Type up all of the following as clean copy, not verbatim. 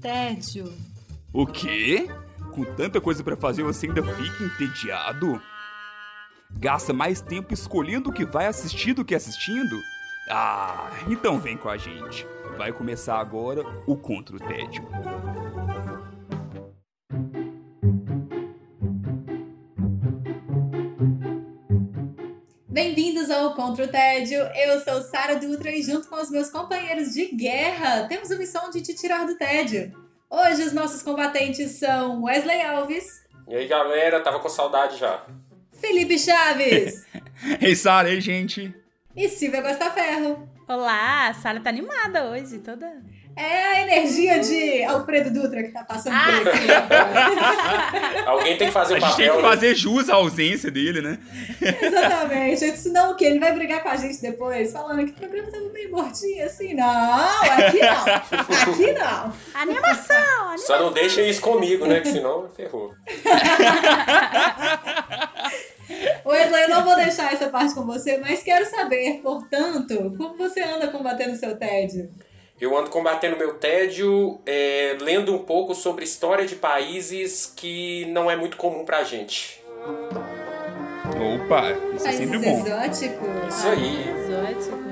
tédio. O quê? Com tanta coisa pra fazer você ainda fica entediado? Gasta mais tempo escolhendo o que vai assistir do que assistindo? Ah, então vem com a gente. Vai começar agora o Contra o Tédio. Bem-vindos ao Contra o Tédio. Eu sou Sara Dutra e junto com os meus companheiros de guerra, temos a missão de te tirar do tédio. Hoje os nossos combatentes são Wesley Alves. E aí, galera, tava com saudade já. Felipe Chaves. Ei, Sara, ei, gente. E Silvia Gostaferro. Olá, a Sara tá animada hoje, toda... É a energia de Alfredo Dutra que tá passando por aqui. Alguém tem que fazer o A gente papel, tem que né? fazer jus à ausência dele, né? Exatamente. Senão o quê? Ele vai brigar com a gente depois, falando que o programa tava meio mortinho assim. Não, aqui não. Aqui não. Animação! Só não deixa isso comigo, né? Que senão ferrou. Wesley, eu não vou deixar essa parte com você, mas quero saber, portanto, como você anda combatendo o seu tédio? Eu ando combatendo meu tédio, lendo um pouco sobre história de países que não é muito comum pra gente. Opa, isso é sempre Países bom. exóticos? Isso aí. Exóticos.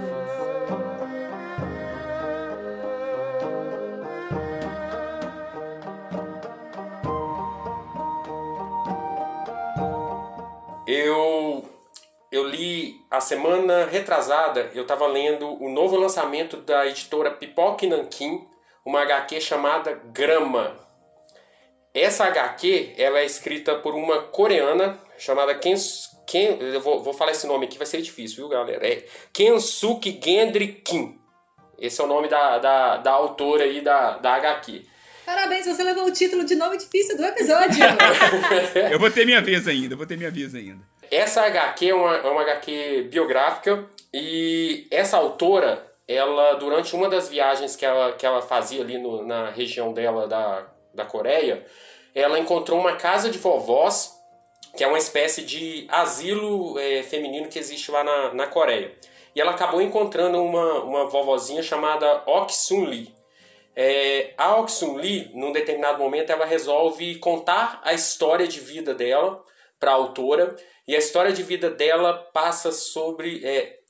Eu li a semana retrasada, eu tava lendo o novo lançamento da editora Pipoca e Nanquim, uma HQ chamada Grama. Essa HQ, ela é escrita por uma coreana chamada eu vou falar esse nome aqui, vai ser difícil, viu, galera? É Kensuke Gendry Kim. Esse é o nome da autora aí da HQ. Parabéns, você levou o título de nome difícil do episódio. Eu vou ter minha vez ainda, Essa HQ é uma HQ biográfica e essa autora, ela durante uma das viagens que ela fazia ali na região dela da Coreia, ela encontrou uma casa de vovós, que é uma espécie de asilo feminino que existe lá na Coreia. E ela acabou encontrando uma vovozinha chamada Ok Sun Lee. A Ok Sun Lee, num determinado momento, ela resolve contar a história de vida dela para a autora. E a história de vida dela passa sobre...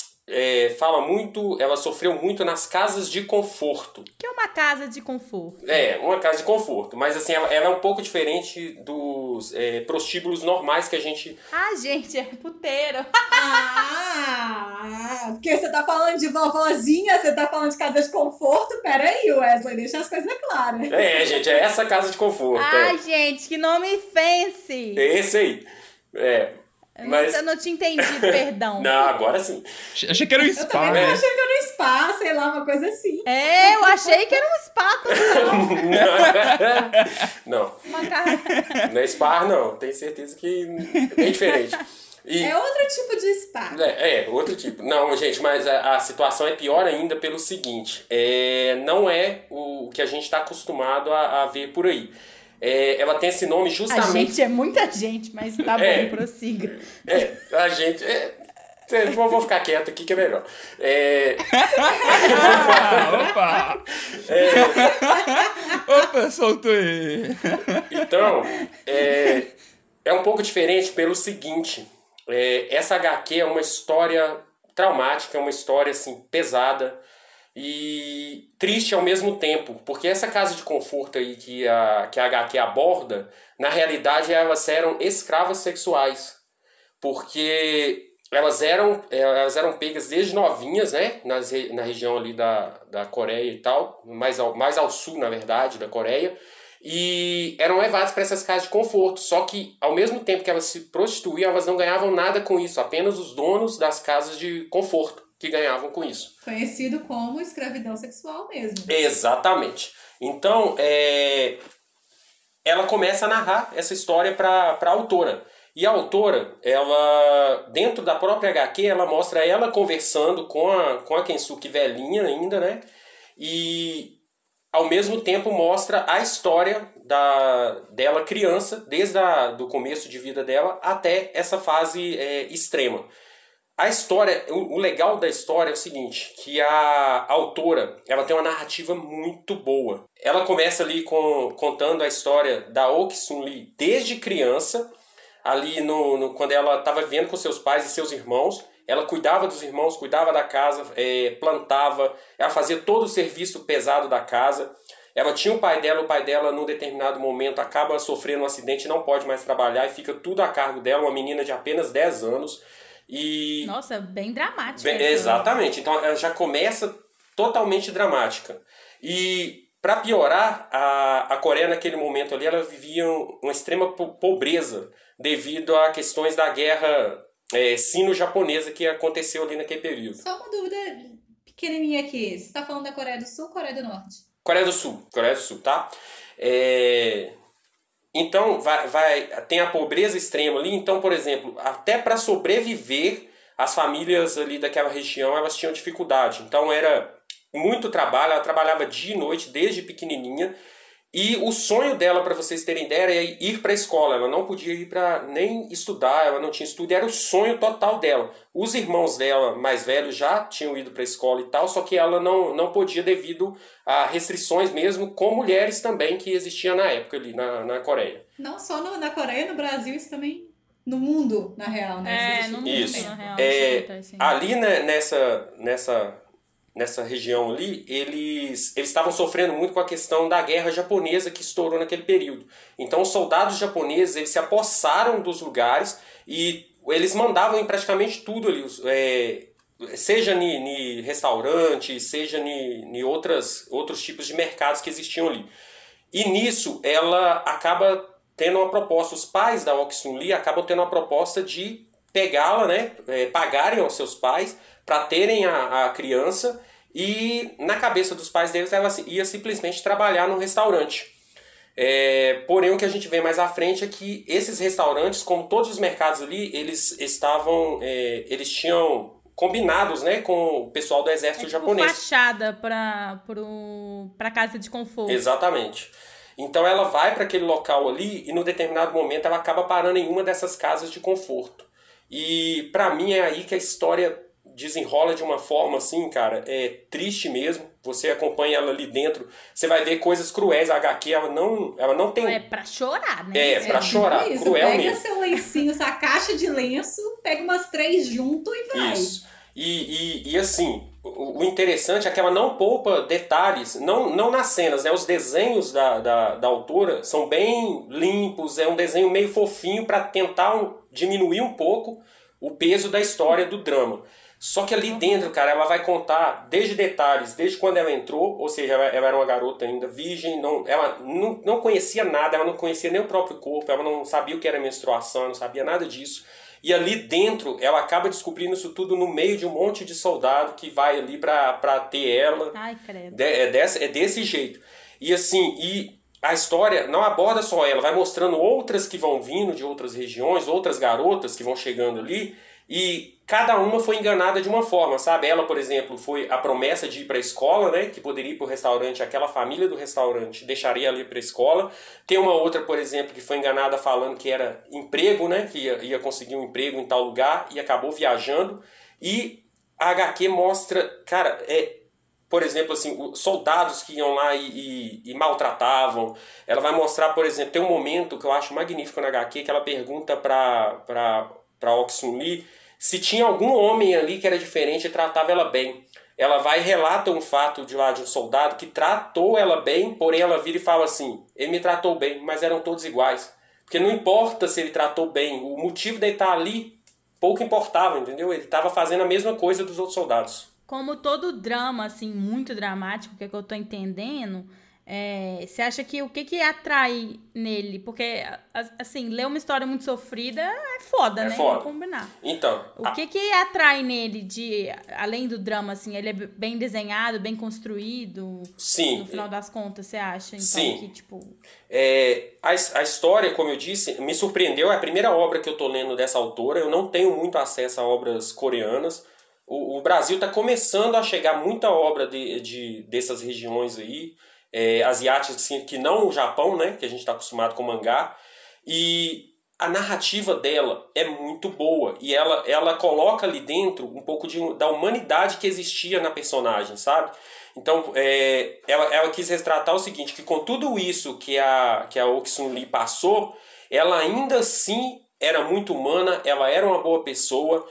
ela sofreu muito nas casas de conforto. Que é uma casa de conforto. Uma casa de conforto. Mas assim, ela é um pouco diferente dos prostíbulos normais que a gente... Ah, gente, é puteiro. Porque você tá falando de vovozinha, você tá falando de casa de conforto. Peraí, Wesley, deixa as coisas claras. Gente, é essa casa de conforto. Ai, gente, que nome fancy. É esse aí. Eu não tinha entendido, perdão. Não, agora sim. Achei que era um Eu spa, também né? achei que era um spa, sei lá, uma coisa assim. Eu achei que era um spa total. Não. Uma cara... Não é spa, não. Tenho certeza que é bem diferente. É outro tipo de spa. Outro tipo. Não, gente, mas a situação é pior ainda pelo seguinte. Não é o que a gente está acostumado a ver por aí. Ela tem esse nome A justamente... gente é muita gente, mas tá bom, prossiga. A gente... Vou ficar quieto aqui que é melhor. Opa! Opa, soltou aí. Então, é um pouco diferente pelo seguinte. Essa HQ é uma história traumática, é uma história assim, pesada e triste ao mesmo tempo, porque essa casa de conforto aí que a HQ aborda, na realidade elas eram escravas sexuais, porque elas eram pegas desde novinhas, né, na região ali da Coreia e tal, mais ao sul, na verdade, da Coreia, e eram levadas para essas casas de conforto, só que ao mesmo tempo que elas se prostituíam, elas não ganhavam nada com isso, apenas os donos das casas de conforto que ganhavam com isso. Conhecido como escravidão sexual mesmo. Exatamente. Então, ela começa a narrar essa história para a autora. E a autora, ela, dentro da própria HQ, ela mostra ela conversando com a Kensuke velhinha ainda, né? E, ao mesmo tempo, mostra a história dela criança, desde do começo de vida dela até essa fase extrema. A história, o legal da história é o seguinte, que a autora, ela tem uma narrativa muito boa. Ela começa ali contando a história da Oh Ki-sun Lee desde criança, ali quando ela estava vivendo com seus pais e seus irmãos. Ela cuidava dos irmãos, cuidava da casa, plantava, ela fazia todo o serviço pesado da casa. Ela tinha o pai dela num determinado momento acaba sofrendo um acidente, não pode mais trabalhar e fica tudo a cargo dela, uma menina de apenas 10 anos. E... Nossa, bem dramática. Exatamente, então ela já começa totalmente dramática. E para piorar, a Coreia naquele momento ali, ela vivia uma extrema pobreza devido a questões da guerra sino-japonesa que aconteceu ali naquele período. Só uma dúvida pequenininha aqui, você está falando da Coreia do Sul ou Coreia do Norte? Coreia do Sul, tá? Então, tem a pobreza extrema ali. Então, por exemplo, até para sobreviver, as famílias ali daquela região, elas tinham dificuldade. Então, era muito trabalho. Ela trabalhava dia e noite, desde pequenininha. E o sonho dela, para vocês terem ideia, era ir para a escola. Ela não podia ir para nem estudar, ela não tinha estudo. Era o sonho total dela. Os irmãos dela, mais velhos, já tinham ido para a escola e tal, só que ela não podia devido a restrições mesmo com mulheres também que existiam na época ali na Coreia. Não só na Coreia, no Brasil, isso também no mundo, na real, né? No mundo, isso. Na real. Ali, né, nessa região ali, eles estavam sofrendo muito com a questão da guerra japonesa que estourou naquele período. Então os soldados japoneses, eles se apossaram dos lugares e eles mandavam em praticamente tudo ali, seja em restaurante, seja em outros tipos de mercados que existiam ali. E nisso ela acaba tendo uma proposta, os pais da Oh Ki-sun-Lee acabam tendo uma proposta de pegá-la, né, pagarem aos seus pais para terem a criança, e na cabeça dos pais deles ela ia simplesmente trabalhar no restaurante. Porém, o que a gente vê mais à frente é que esses restaurantes, como todos os mercados ali, eles tinham combinados, né, com o pessoal do exército japonês. Fachada para casa de conforto. Exatamente. Então ela vai para aquele local ali e no determinado momento ela acaba parando em uma dessas casas de conforto. E para mim é aí que a história desenrola de uma forma assim, cara, triste mesmo. Você acompanha ela ali dentro, você vai ver coisas cruéis. A HQ, ela não tem... É pra chorar, né? Pra chorar, isso, cruel pega mesmo. Seu lencinho, sua caixa de lenço, pega umas 3 junto e vai. Isso. E assim, o interessante é que ela não poupa detalhes, não nas cenas, né? Os desenhos da autora são bem limpos, é um desenho meio fofinho para tentar diminuir um pouco o peso da história do drama. Só que ali dentro, cara, ela vai contar desde detalhes, desde quando ela entrou, ou seja, ela era uma garota ainda virgem, ela não conhecia nada, ela não conhecia nem o próprio corpo, ela não sabia o que era menstruação, não sabia nada disso. E ali dentro, ela acaba descobrindo isso tudo no meio de um monte de soldado que vai ali pra ter ela. Ai, credo. É desse jeito. E assim, a história não aborda só ela, vai mostrando outras que vão vindo de outras regiões, outras garotas que vão chegando ali, e cada uma foi enganada de uma forma, sabe? Ela, por exemplo, foi a promessa de ir para a escola, né? Que poderia ir para o restaurante, aquela família do restaurante deixaria ela ir para a escola. Tem uma outra, por exemplo, que foi enganada falando que era emprego, né? Que ia conseguir um emprego em tal lugar e acabou viajando. E a HQ mostra, cara, por exemplo, assim, soldados que iam lá e maltratavam. Ela vai mostrar, por exemplo, tem um momento que eu acho magnífico na HQ, que ela pergunta para Oh Ki-sun-Lee se tinha algum homem ali que era diferente e tratava ela bem. Ela vai e relata um fato de um soldado que tratou ela bem, porém ela vira e fala assim, ele me tratou bem, mas eram todos iguais. Porque não importa se ele tratou bem, o motivo dele estar ali pouco importava, entendeu? Ele estava fazendo a mesma coisa dos outros soldados. Como todo drama, assim, muito dramático, que é que eu tô entendendo, você acha que o que atrai nele? Porque, assim, ler uma história muito sofrida é foda, né? Foda. Vamos combinar. Então... O que atrai nele, além do drama, assim, ele é bem desenhado, bem construído? Sim. No final das contas, você acha? Então, sim. Que, tipo... A história, como eu disse, me surpreendeu. É a primeira obra que eu tô lendo dessa autora. Eu não tenho muito acesso a obras coreanas. O Brasil tá começando a chegar muita obra dessas regiões aí, asiáticas, assim, que não o Japão, né, que a gente está acostumado com mangá. E a narrativa dela é muito boa e ela coloca ali dentro um pouco da humanidade que existia na personagem, sabe? Então, ela quis retratar o seguinte, que com tudo isso que a Oh Sun-lee passou, ela ainda assim era muito humana, ela era uma boa pessoa,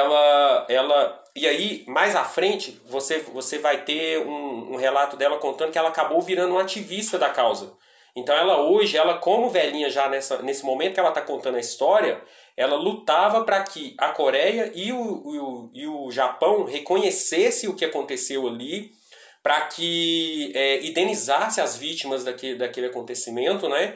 e aí, mais à frente, você vai ter um relato dela contando que ela acabou virando uma ativista da causa. Então hoje, como velhinha já nesse momento que ela está contando a história, ela lutava para que a Coreia e o Japão reconhecessem o que aconteceu ali, para que indenizasse as vítimas daquele acontecimento, né?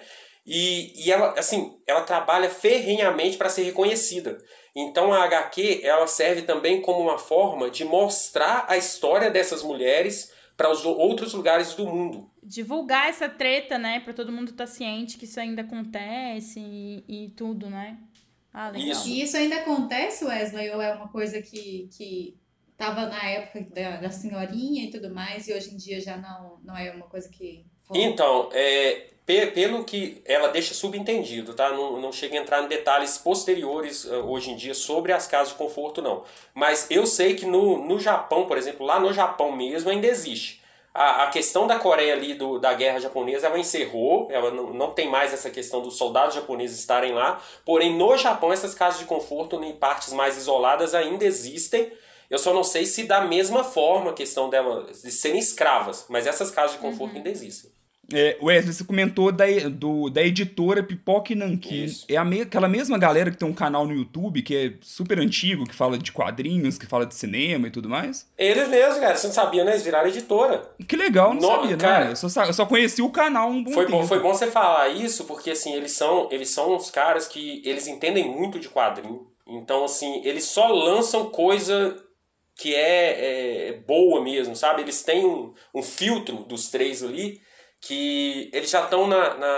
E ela trabalha ferrenhamente para ser reconhecida. Então a HQ ela serve também como uma forma de mostrar a história dessas mulheres para os outros lugares do mundo. Divulgar essa treta, né? Para todo mundo estar ciente que isso ainda acontece e tudo, né? Ah, legal. Isso. E isso ainda acontece, Wesley? Ou é uma coisa que tava na época da senhorinha e tudo mais, e hoje em dia já não é uma coisa que... Então, pelo que ela deixa subentendido, tá? Não chega a entrar em detalhes posteriores hoje em dia sobre as casas de conforto, não. Mas eu sei que no Japão, por exemplo, lá no Japão mesmo ainda existe. A questão da Coreia ali, da guerra japonesa, ela encerrou, ela não tem mais essa questão dos soldados japoneses estarem lá, porém no Japão essas casas de conforto em partes mais isoladas ainda existem. Eu só não sei se da mesma forma a questão delas de serem escravas, mas essas casas de conforto ainda existem. Wesley, você comentou da editora Pipoca e Nanquim. É aquela mesma galera que tem um canal no YouTube que é super antigo, que fala de quadrinhos, que fala de cinema e tudo mais? Eles mesmos, cara. Você não sabia, né? Eles viraram editora. Que legal, não sabia, cara, né? Eu só conheci o canal um bom tempo. Foi bom você falar isso, porque assim, eles são uns caras que eles entendem muito de quadrinho. Então, assim, eles só lançam coisa que é boa mesmo, sabe? Eles têm um filtro dos três ali, que eles já estão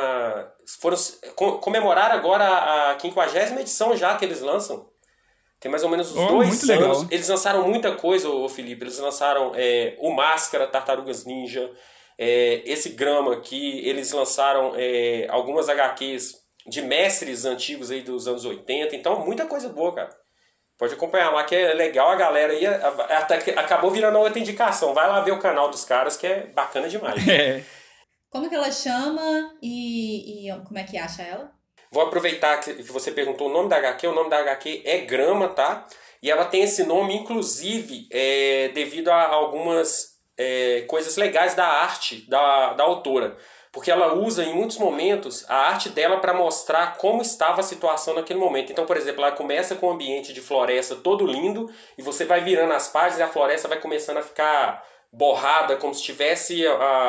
foram comemorar agora a 50ª edição já que eles lançam. Tem mais ou menos uns 2 anos. Legal. Eles lançaram muita coisa, Felipe. Eles lançaram o Máscara, Tartarugas Ninja, esse Grama aqui. Eles lançaram algumas HQs de mestres antigos aí dos anos 80. Então, muita coisa boa, cara. Pode acompanhar lá, que é legal. A galera aí até acabou virando outra indicação. Vai lá ver o canal dos caras, que é bacana demais. Como que ela chama e como é que acha ela? Vou aproveitar que você perguntou o nome da HQ. O nome da HQ é Grama, tá? E ela tem esse nome, inclusive, devido a algumas coisas legais da arte da autora. Porque ela usa, em muitos momentos, a arte dela para mostrar como estava a situação naquele momento. Então, por exemplo, ela começa com um ambiente de floresta todo lindo, e você vai virando as páginas e a floresta vai começando a ficar borrada, como se tivesse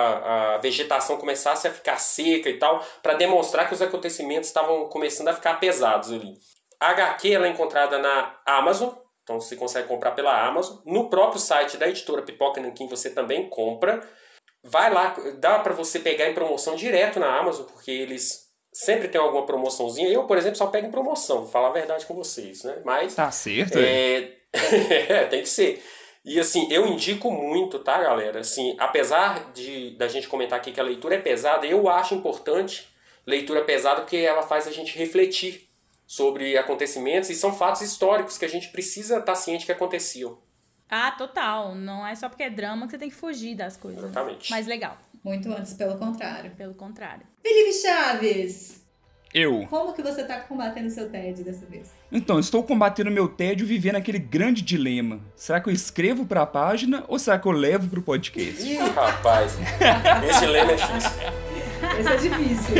a vegetação começasse a ficar seca e tal, para demonstrar que os acontecimentos estavam começando a ficar pesados ali. A HQ ela é encontrada na Amazon, então você consegue comprar pela Amazon. No próprio site da editora Pipoca Nanquim você também compra. Vai lá, dá para você pegar em promoção direto na Amazon, porque eles sempre tem alguma promoçãozinha. Eu, por exemplo, só pego em promoção, vou falar a verdade com vocês, né? Mas tá certo. Tem que ser. E assim, eu indico muito, tá, galera? Assim, apesar da gente comentar aqui que a leitura é pesada, eu acho importante leitura pesada porque ela faz a gente refletir sobre acontecimentos e são fatos históricos que a gente precisa estar ciente que aconteciam. Ah, total. Não é só porque é drama que você tem que fugir das coisas. Exatamente. Mas legal. Muito antes, pelo contrário. Pelo contrário. Felipe Chaves! Eu. Como que você tá combatendo seu tédio dessa vez? Então, estou combatendo meu tédio vivendo aquele grande dilema. Será que eu escrevo pra página ou será que eu levo pro podcast? Ih, rapaz. Esse dilema é difícil. Esse é difícil.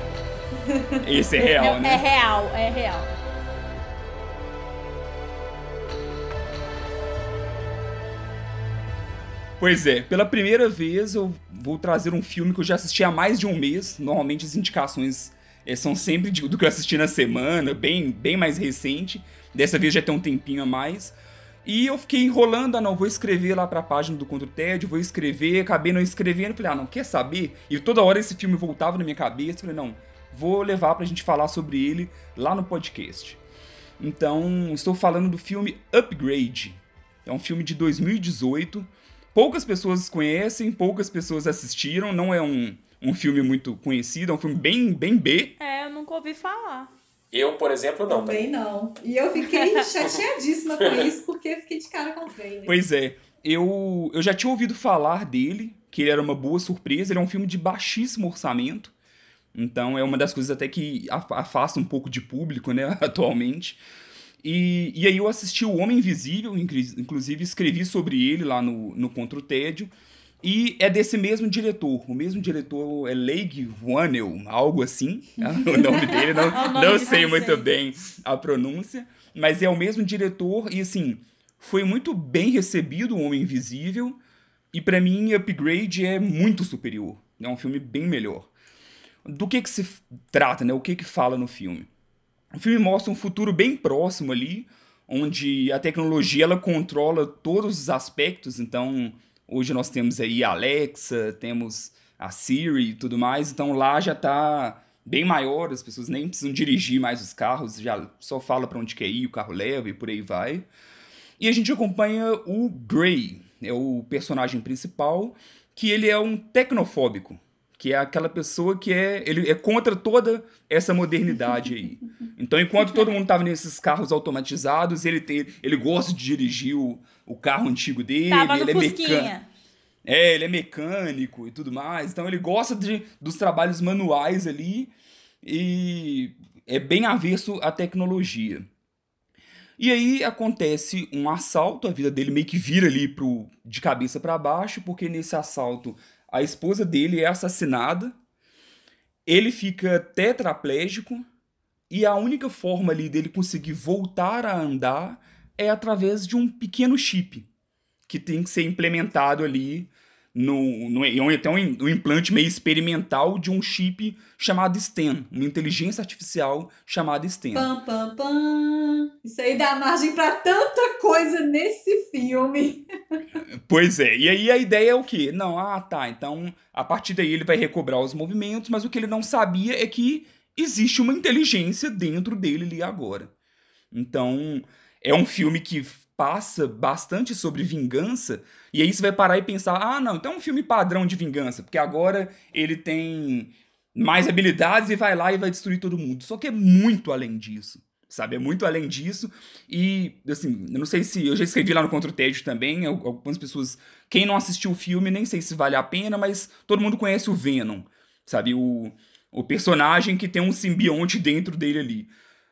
Esse é real, né? É real. Pois é, pela primeira vez eu vou trazer um filme que eu já assisti há mais de um mês. Normalmente as indicações são sempre do que eu assisti na semana, bem mais recente. Dessa vez já tem um tempinho a mais. E eu fiquei enrolando, não, vou escrever lá pra página do Contra o Tédio, vou escrever, acabei não escrevendo. Falei, não, quer saber? E toda hora esse filme voltava na minha cabeça. Falei, não, vou levar pra gente falar sobre ele lá no podcast. Então, estou falando do filme Upgrade. É um filme de 2018. Poucas pessoas conhecem, poucas pessoas assistiram. Não é um filme muito conhecido, é um filme bem B. Eu nunca ouvi falar. Eu, por exemplo, não. Também não. E eu fiquei chateadíssima com isso, porque fiquei de cara com o trailer. Pois é, eu já tinha ouvido falar dele, que ele era uma boa surpresa. Ele é um filme de baixíssimo orçamento, então é uma das coisas até que afasta um pouco de público, né, atualmente. E aí eu assisti O Homem Invisível, inclusive escrevi sobre ele lá no Contra o Tédio, e é desse mesmo diretor. O mesmo diretor é Leigh Whannell, algo assim, o nome dele, não sei muito bem a pronúncia, mas é o mesmo diretor e, assim, foi muito bem recebido O Homem Invisível, e pra mim Upgrade é muito superior, é um filme bem melhor. Do que se trata, né? O que fala no filme? O filme mostra um futuro bem próximo ali, onde a tecnologia ela controla todos os aspectos. Então, hoje nós temos aí a Alexa, temos a Siri e tudo mais. Então, lá já está bem maior, as pessoas nem precisam dirigir mais os carros, já só fala para onde quer ir, o carro leva e por aí vai. E a gente acompanha o Grey, é o personagem principal, que ele é um tecnofóbico, que é aquela pessoa que ele é contra toda essa modernidade aí. Então, enquanto todo mundo estava nesses carros automatizados, ele gosta de dirigir o carro antigo dele. Tava no ele Fusquinha. ele é mecânico e tudo mais. Então, ele gosta dos trabalhos manuais ali e é bem avesso à tecnologia. E aí acontece um assalto, a vida dele meio que vira ali de cabeça para baixo, porque nesse assalto a esposa dele é assassinada, ele fica tetraplégico e a única forma ali dele conseguir voltar a andar é através de um pequeno chip que tem que ser implementado ali até um implante meio experimental de um chip chamado STEM, uma inteligência artificial chamada STEM. Pam, pam, pam. Isso aí dá margem pra tanta coisa nesse filme. Pois é, e aí a ideia é o quê? Não, então a partir daí ele vai recobrar os movimentos, mas o que ele não sabia é que existe uma inteligência dentro dele ali agora. Então, é um filme que passa bastante sobre vingança, e aí você vai parar e pensar, não, então é um filme padrão de vingança, porque agora ele tem mais habilidades e vai lá e vai destruir todo mundo. Só que é muito além disso, sabe? É muito além disso, e, assim, eu não sei se... Eu já escrevi lá no Contra o Tédio também, algumas pessoas... Quem não assistiu o filme, nem sei se vale a pena, mas todo mundo conhece o Venom, sabe? O personagem que tem um simbionte dentro dele ali.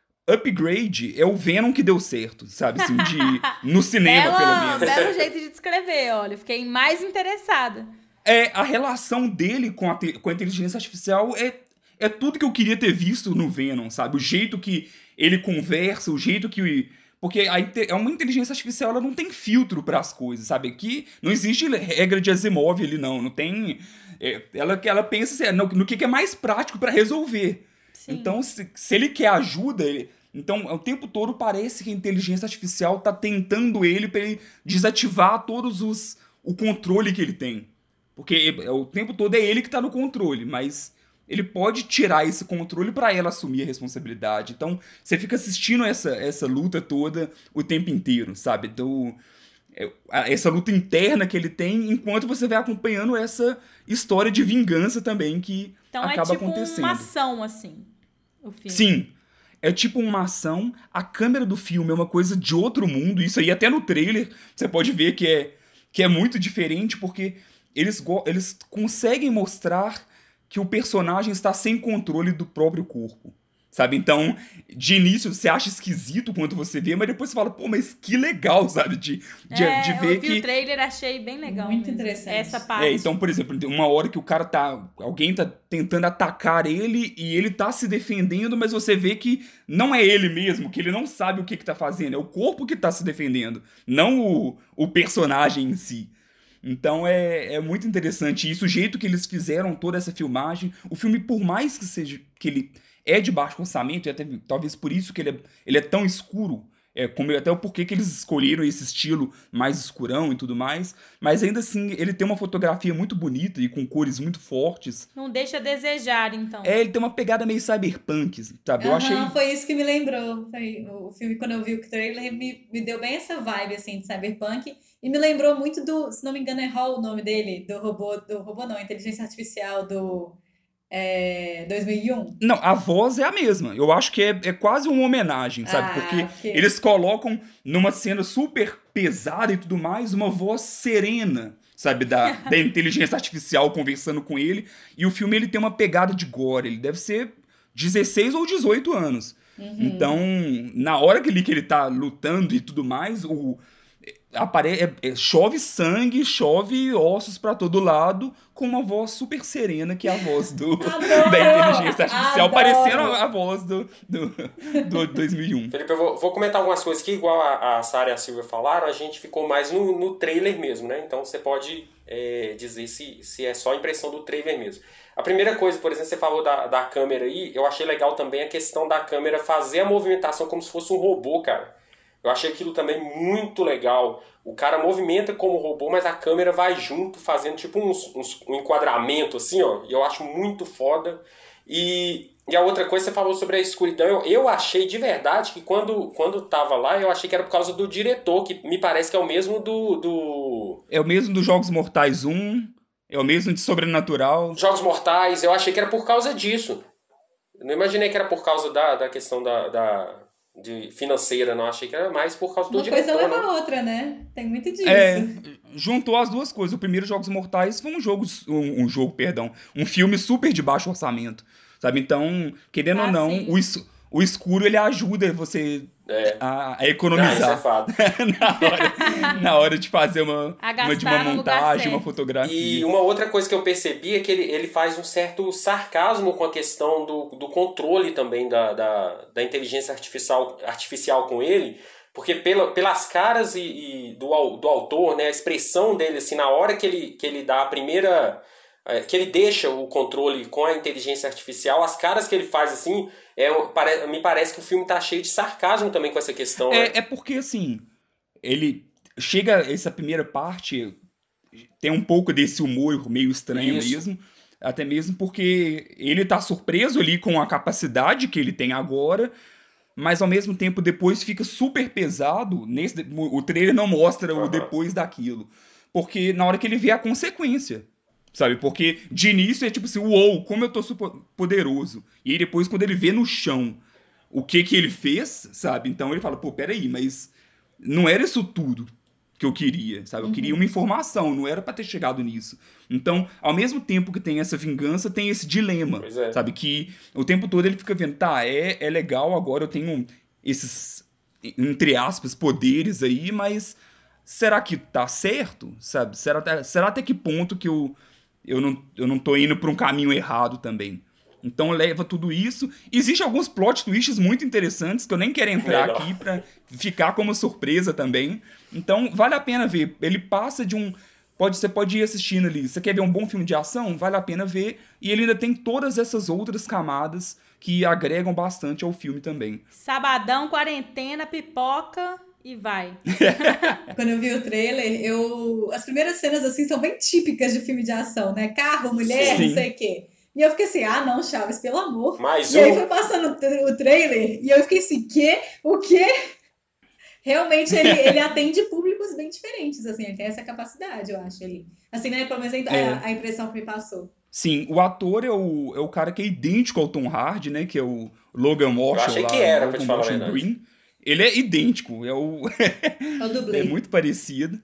Upgrade é o Venom que deu certo, sabe? Assim, no cinema, pelo menos. Belo jeito de descrever, olha. Fiquei mais interessada. A relação dele com a inteligência artificial é tudo que eu queria ter visto no Venom, sabe? O jeito que ele conversa, o jeito que... Porque é uma inteligência artificial, ela não tem filtro para as coisas, sabe? Aqui não existe regra de Asimov ali, não tem... Ela pensa assim, no que é mais prático para resolver. Sim. Então, se ele quer ajuda, então o tempo todo parece que a inteligência artificial tá tentando ele para ele desativar todos o controle que ele tem. Porque o tempo todo é ele que tá no controle, mas ele pode tirar esse controle para ela assumir a responsabilidade. Então, você fica assistindo essa luta toda o tempo inteiro, sabe? Então, essa luta interna que ele tem, enquanto você vai acompanhando essa história de vingança também que acaba acontecendo. Então é tipo uma ação, assim, o filme. Sim, é tipo uma ação. A câmera do filme é uma coisa de outro mundo. Isso aí até no trailer você pode ver que é muito diferente, porque eles conseguem mostrar que o personagem está sem controle do próprio corpo, sabe? Então, de início, você acha esquisito quando você vê, mas depois você fala, pô, mas que legal, sabe? De ver que... Eu vi o trailer, achei bem legal. Muito interessante. Essa parte. Então, por exemplo, uma hora que alguém tá tentando atacar ele e ele tá se defendendo, mas você vê que não é ele mesmo, que ele não sabe o que tá fazendo, é o corpo que tá se defendendo, não o personagem em si. Então é muito interessante isso, o jeito que eles fizeram toda essa filmagem. O filme, por mais que ele é de baixo orçamento, e até talvez por isso que ele é tão escuro, até o porquê que eles escolheram esse estilo mais escurão e tudo mais, mas ainda assim ele tem uma fotografia muito bonita e com cores muito fortes. Não deixa a desejar, então. Ele tem uma pegada meio cyberpunk, sabe? Eu achei... Foi isso que me lembrou. O filme, quando eu vi o trailer, me deu bem essa vibe, assim, de cyberpunk. E me lembrou muito se não me engano, é Hall o nome dele, inteligência artificial 2001? Não, a voz é a mesma. Eu acho que é quase uma homenagem, sabe? Porque ok. eles colocam numa cena super pesada e tudo mais, uma voz serena, sabe? Da inteligência artificial conversando com ele. E o filme ele tem uma pegada de gore. Ele deve ser 16 ou 18 anos. Então, na hora que ele tá lutando e tudo mais, chove sangue, chove ossos pra todo lado, com uma voz super serena, que é a voz da inteligência artificial, parecendo a voz do 2001. Felipe, eu vou comentar algumas coisas que, igual a Sarah e a Silvia falaram, a gente ficou mais no trailer mesmo, né? Então você pode dizer se é só impressão do trailer mesmo. A primeira coisa, por exemplo, você falou da câmera aí, eu achei legal também a questão da câmera fazer a movimentação como se fosse um robô, cara. Eu achei aquilo também muito legal. O cara movimenta como robô, mas a câmera vai junto, fazendo tipo um enquadramento, assim, ó. E eu acho muito foda. E a outra coisa, você falou sobre a escuridão. Eu achei de verdade que quando tava lá, eu achei que era por causa do diretor, que me parece que é o mesmo do... É o mesmo dos Jogos Mortais 1, é o mesmo de Sobrenatural. Jogos Mortais, eu achei que era por causa disso. Eu não imaginei que era por causa da questão de financeira, não. Achei que era mais por causa do diretor. Uma coisa leva a outra, né? Tem muito disso. Juntou as duas coisas. O primeiro Jogos Mortais foi um filme super de baixo orçamento, sabe? Então, querendo ou não, o escuro ele ajuda você a economizar. Isso é fato. na hora de fazer uma montagem, uma fotografia. E uma outra coisa que eu percebi é que ele faz um certo sarcasmo com a questão do controle também da inteligência artificial com ele, porque pelas caras e do autor, né, a expressão dele, assim, na hora que ele dá a primeira... que ele deixa o controle com a inteligência artificial, as caras que ele faz, assim, me parece que o filme tá cheio de sarcasmo também com essa questão. É porque, assim, ele chega, essa primeira parte, tem um pouco desse humor meio estranho mesmo, até mesmo porque ele tá surpreso ali com a capacidade que ele tem agora, mas ao mesmo tempo depois fica super pesado, o trailer não mostra o depois daquilo, porque na hora que ele vê a consequência, sabe? Porque de início é tipo assim, uou, como eu tô super poderoso. E aí depois quando ele vê no chão o que ele fez, sabe? Então ele fala, pô, peraí, mas não era isso tudo que eu queria, sabe? Eu queria uma informação, não era pra ter chegado nisso. Então, ao mesmo tempo que tem essa vingança, tem esse dilema, sabe? Que o tempo todo ele fica vendo, tá, é legal, agora eu tenho esses, entre aspas, poderes aí, mas será que tá certo, sabe? Será até que ponto que eu não tô indo pra um caminho errado também? Então leva tudo isso. Existem alguns plot twists muito interessantes que eu nem quero entrar aqui pra ficar como surpresa também. Então vale a pena ver. Ele passa de um... Você pode ir assistindo ali. Você quer ver um bom filme de ação? Vale a pena ver. E ele ainda tem todas essas outras camadas que agregam bastante ao filme também. Sabadão, quarentena, pipoca... E vai. Quando eu vi o trailer, as primeiras cenas assim são bem típicas de filme de ação, né? Carro, mulher, não sei o quê. E eu fiquei assim, não, Chaves, pelo amor. Mais e aí foi passando o trailer e eu fiquei assim, o quê? Realmente ele atende públicos bem diferentes, assim, ele tem essa capacidade, eu acho, ali. Assim, né, pelo menos a impressão que me passou. Sim, o ator é o cara que é idêntico ao Tom Hardy, né, que é o Logan Marshall. Eu achei que era, pra te falar a verdade. Green. Ele é idêntico, é o dublê. É muito parecido.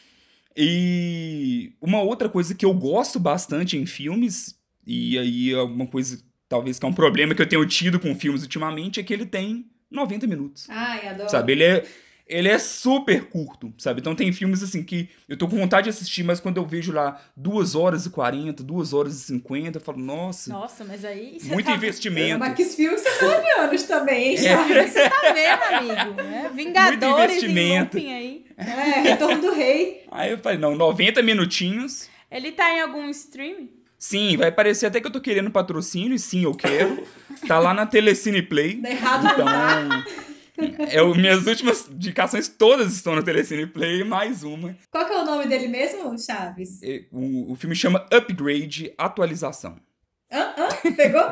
E uma outra coisa que eu gosto bastante em filmes, e aí é uma coisa, talvez que é um problema que eu tenho tido com filmes ultimamente, é que ele tem 90 minutos. Ai, adoro. Sabe, ele é super curto, sabe? Então tem filmes assim que eu tô com vontade de assistir, mas quando eu vejo lá 2h40, 2h50, eu falo, nossa... Nossa, mas aí... Muito investimento. Mas que filme você tá olhando também, hein, Charles? Você tá vendo, amigo? Vingadores em looping aí. Retorno do Rei. Aí eu falei, não, 90 minutinhos... Ele tá em algum streaming? Sim, vai parecer até que eu tô querendo patrocínio, e sim, eu quero. Tá lá na Telecine Play. Tá errado, então... não tá. Minhas últimas indicações todas estão no Telecine Play, mais uma. Qual que é o nome dele mesmo, Chaves? O filme chama Upgrade Atualização. Pegou?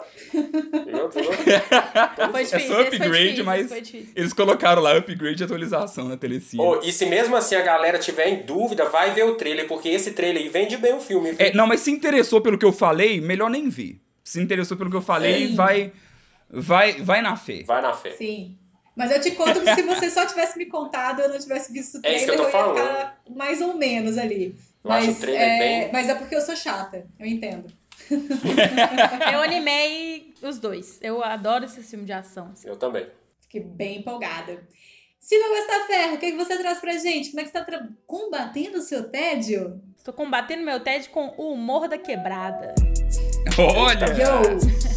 Foi difícil, é só Upgrade, mas eles colocaram lá Upgrade Atualização na Telecine. E se mesmo assim a galera tiver em dúvida, vai ver o trailer, porque esse trailer aí vende bem o filme. Não, mas se interessou pelo que eu falei, melhor nem ver. se interessou pelo que eu falei, Sim. vai na fé. Vai na fé. Sim. Mas eu te conto que se você só tivesse me contado, eu não tivesse visto o É isso que trailer, eu tô ia falando. ficar mais ou menos ali. Eu acho o trailer bem... Mas é porque eu sou chata, eu entendo. Eu animei os dois. Eu adoro esse filme de ação. Assim. Eu também. Fiquei bem empolgada. Silvia Gostaferro, o que você traz pra gente? Como é que você tá combatendo o seu tédio? Estou combatendo meu TED com o humor da quebrada. Olha! Yo!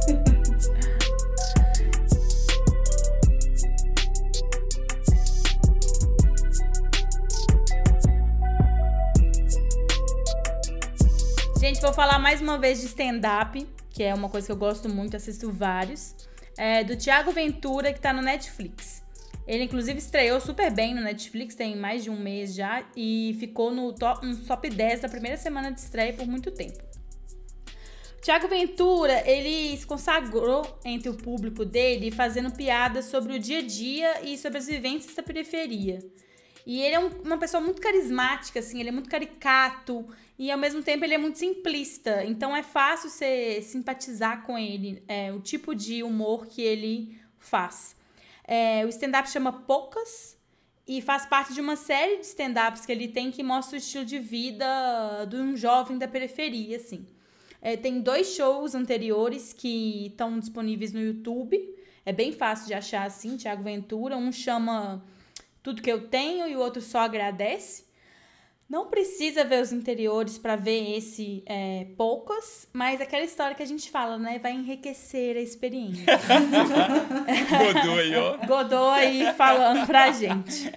Gente, vou falar mais uma vez de stand-up, que é uma coisa que eu gosto muito, assisto vários. Do Thiago Ventura, que tá no Netflix. Ele, inclusive, estreou super bem no Netflix, tem mais de um mês já, e ficou no top 10 da primeira semana de estreia por muito tempo. Thiago Ventura, ele se consagrou entre o público dele fazendo piadas sobre o dia a dia e sobre as vivências da periferia. E ele é uma pessoa muito carismática, assim, ele é muito caricato e, ao mesmo tempo, ele é muito simplista. Então, é fácil você simpatizar com ele, o tipo de humor que ele faz. O stand-up chama Poucas e faz parte de uma série de stand-ups que ele tem que mostra o estilo de vida de um jovem da periferia, assim. Tem 2 shows anteriores que estão disponíveis no YouTube. É bem fácil de achar, assim, Thiago Ventura. Um chama... Tudo que eu tenho e o outro só agradece. Não precisa ver os anteriores para ver esse Poucas, mas aquela história que a gente fala, né? Vai enriquecer a experiência. Godoy, ó. Godoy aí falando pra gente.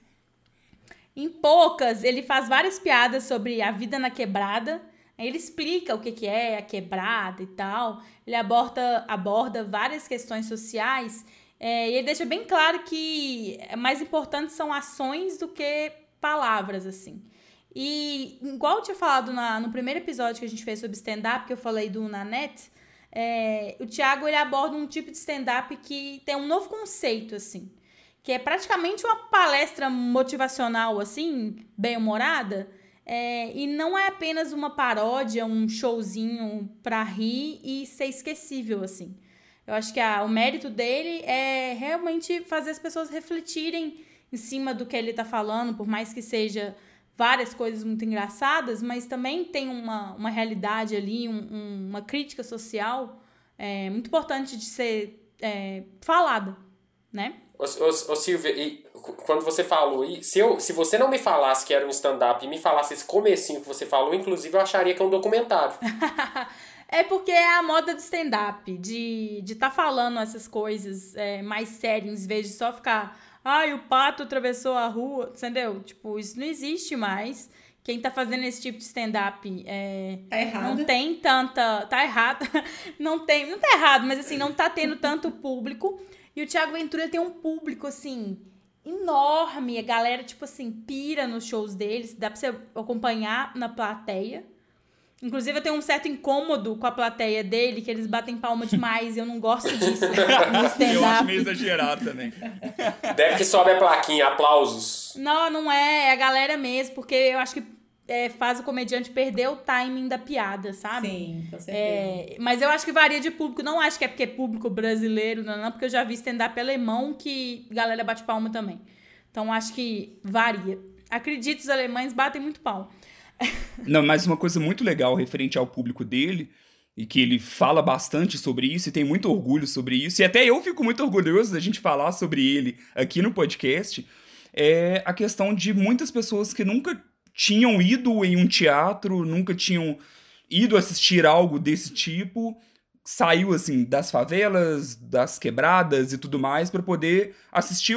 Em Poucas, ele faz várias piadas sobre a vida na quebrada. Ele explica o que é a quebrada e tal. Ele aborda várias questões sociais. E ele deixa bem claro que mais importante são ações do que palavras, assim. E, igual eu tinha falado no primeiro episódio que a gente fez sobre stand-up, que eu falei do Nanette, o Thiago, ele aborda um tipo de stand-up que tem um novo conceito, assim. Que é praticamente uma palestra motivacional, assim, bem-humorada. E não é apenas uma paródia, um showzinho pra rir e ser esquecível, assim. Eu acho que o mérito dele é realmente fazer as pessoas refletirem em cima do que ele tá falando, por mais que seja várias coisas muito engraçadas, mas também tem uma realidade ali, uma crítica social muito importante de ser falada, né? Ô Silvia, e quando você falou, se você não me falasse que era um stand-up e me falasse esse comecinho que você falou, inclusive eu acharia que é um documentário. É porque é a moda do stand-up, de tá falando essas coisas mais sérias, em vez de só ficar, o pato atravessou a rua, entendeu? Tipo, isso não existe mais. Quem tá fazendo esse tipo de stand-up tá errado. Não tem tanta... Tá errado. Não tá errado, mas assim, não tá tendo tanto público. E o Thiago Ventura tem um público, assim, enorme. A galera, tipo assim, pira nos shows deles. Dá pra você acompanhar na plateia. Inclusive, eu tenho um certo incômodo com a plateia dele, que eles batem palma demais, e eu não gosto disso no stand-up. Eu acho meio exagerado também. Deve que sobe a plaquinha, aplausos. Não é a galera mesmo, porque eu acho que faz o comediante perder o timing da piada, sabe? Sim, com certeza. Mas eu acho que varia de público, não acho que é porque é público brasileiro, não, porque eu já vi stand-up alemão que a galera bate palma também. Então, acho que varia. Acredito, os alemães batem muito palma. Não, mas uma coisa muito legal referente ao público dele, e que ele fala bastante sobre isso, e tem muito orgulho sobre isso, e até eu fico muito orgulhoso da gente falar sobre ele aqui no podcast, é a questão de muitas pessoas que nunca tinham ido em um teatro, nunca tinham ido assistir algo desse tipo, saiu, assim, das favelas, das quebradas e tudo mais, para poder assistir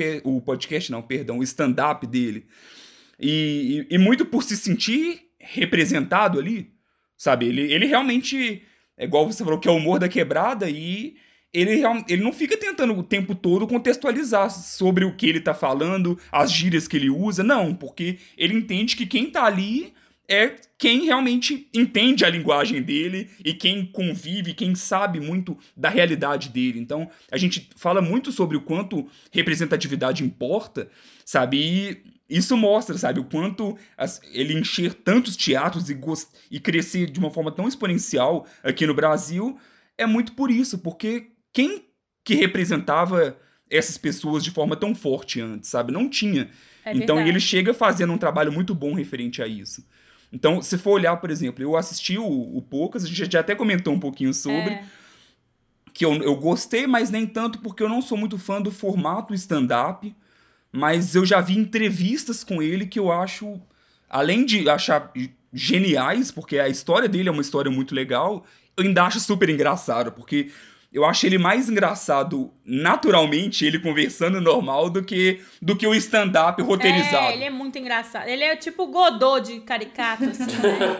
o stand-up dele. E muito por se sentir representado ali, sabe? Ele realmente, igual você falou, que é o humor da quebrada, e ele não fica tentando o tempo todo contextualizar sobre o que ele tá falando, as gírias que ele usa, não, porque ele entende que quem tá ali é quem realmente entende a linguagem dele e quem convive, quem sabe muito da realidade dele. Então, a gente fala muito sobre o quanto representatividade importa, sabe? isso mostra, sabe, o quanto ele encher tantos teatros e crescer de uma forma tão exponencial aqui no Brasil é muito por isso, porque quem que representava essas pessoas de forma tão forte antes, sabe? Não tinha. Então ele chega fazendo um trabalho muito bom referente a isso. Então, se for olhar, por exemplo, eu assisti o Poucas, a gente já até comentou um pouquinho sobre, que eu gostei, mas nem tanto porque eu não sou muito fã do formato stand-up, mas eu já vi entrevistas com ele que eu acho, além de achar geniais, porque a história dele é uma história muito legal, eu ainda acho super engraçado, porque eu acho ele mais engraçado naturalmente, ele conversando normal, do que o stand-up roteirizado. Ele é muito engraçado. Ele é tipo o Godot de caricato, assim, né?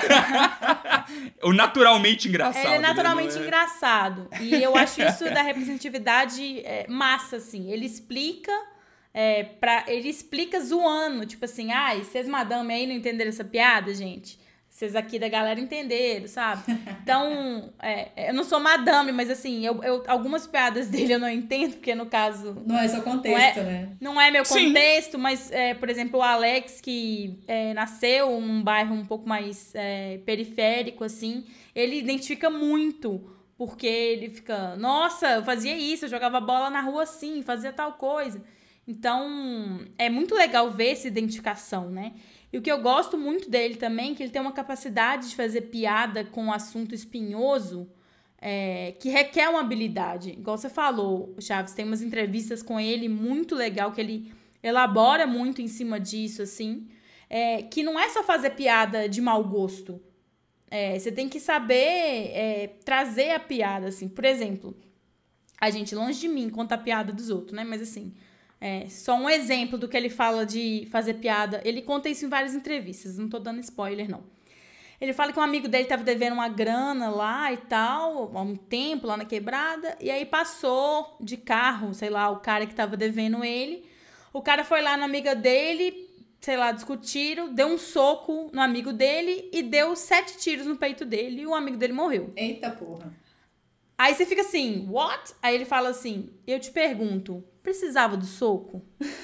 O naturalmente engraçado. Ele é naturalmente engraçado. E eu acho isso da representatividade massa, assim. Ele explica... ele explica zoando, tipo assim, vocês madame aí não entenderam essa piada, gente? Vocês aqui da galera entenderam, sabe? Então, eu não sou madame, mas assim, algumas piadas dele eu não entendo, porque no caso... Não é seu contexto, né? Não é meu contexto, mas, por exemplo, o Alex, que nasceu num bairro um pouco mais periférico, assim, ele identifica muito, porque ele fica, nossa, eu fazia isso, eu jogava bola na rua assim, fazia tal coisa. Então, é muito legal ver essa identificação, né? E o que eu gosto muito dele também, é que ele tem uma capacidade de fazer piada com um assunto espinhoso, que requer uma habilidade. Igual você falou, Chaves, tem umas entrevistas com ele muito legal, que ele elabora muito em cima disso, assim, que não é só fazer piada de mau gosto. Você tem que saber trazer a piada, assim. Por exemplo, a gente, longe de mim, conta a piada dos outros, né? Mas, assim... só um exemplo do que ele fala de fazer piada. Ele conta isso em várias entrevistas, não tô dando spoiler, não. Ele fala que um amigo dele tava devendo uma grana lá e tal, há um tempo lá na quebrada, e aí passou de carro, sei lá, o cara que tava devendo ele. O cara foi lá na amiga dele, sei lá, discutiram, deu um soco no amigo dele e deu 7 tiros no peito dele e o amigo dele morreu. Eita porra. Aí você fica assim, what? Aí ele fala assim, eu te pergunto, precisava do soco?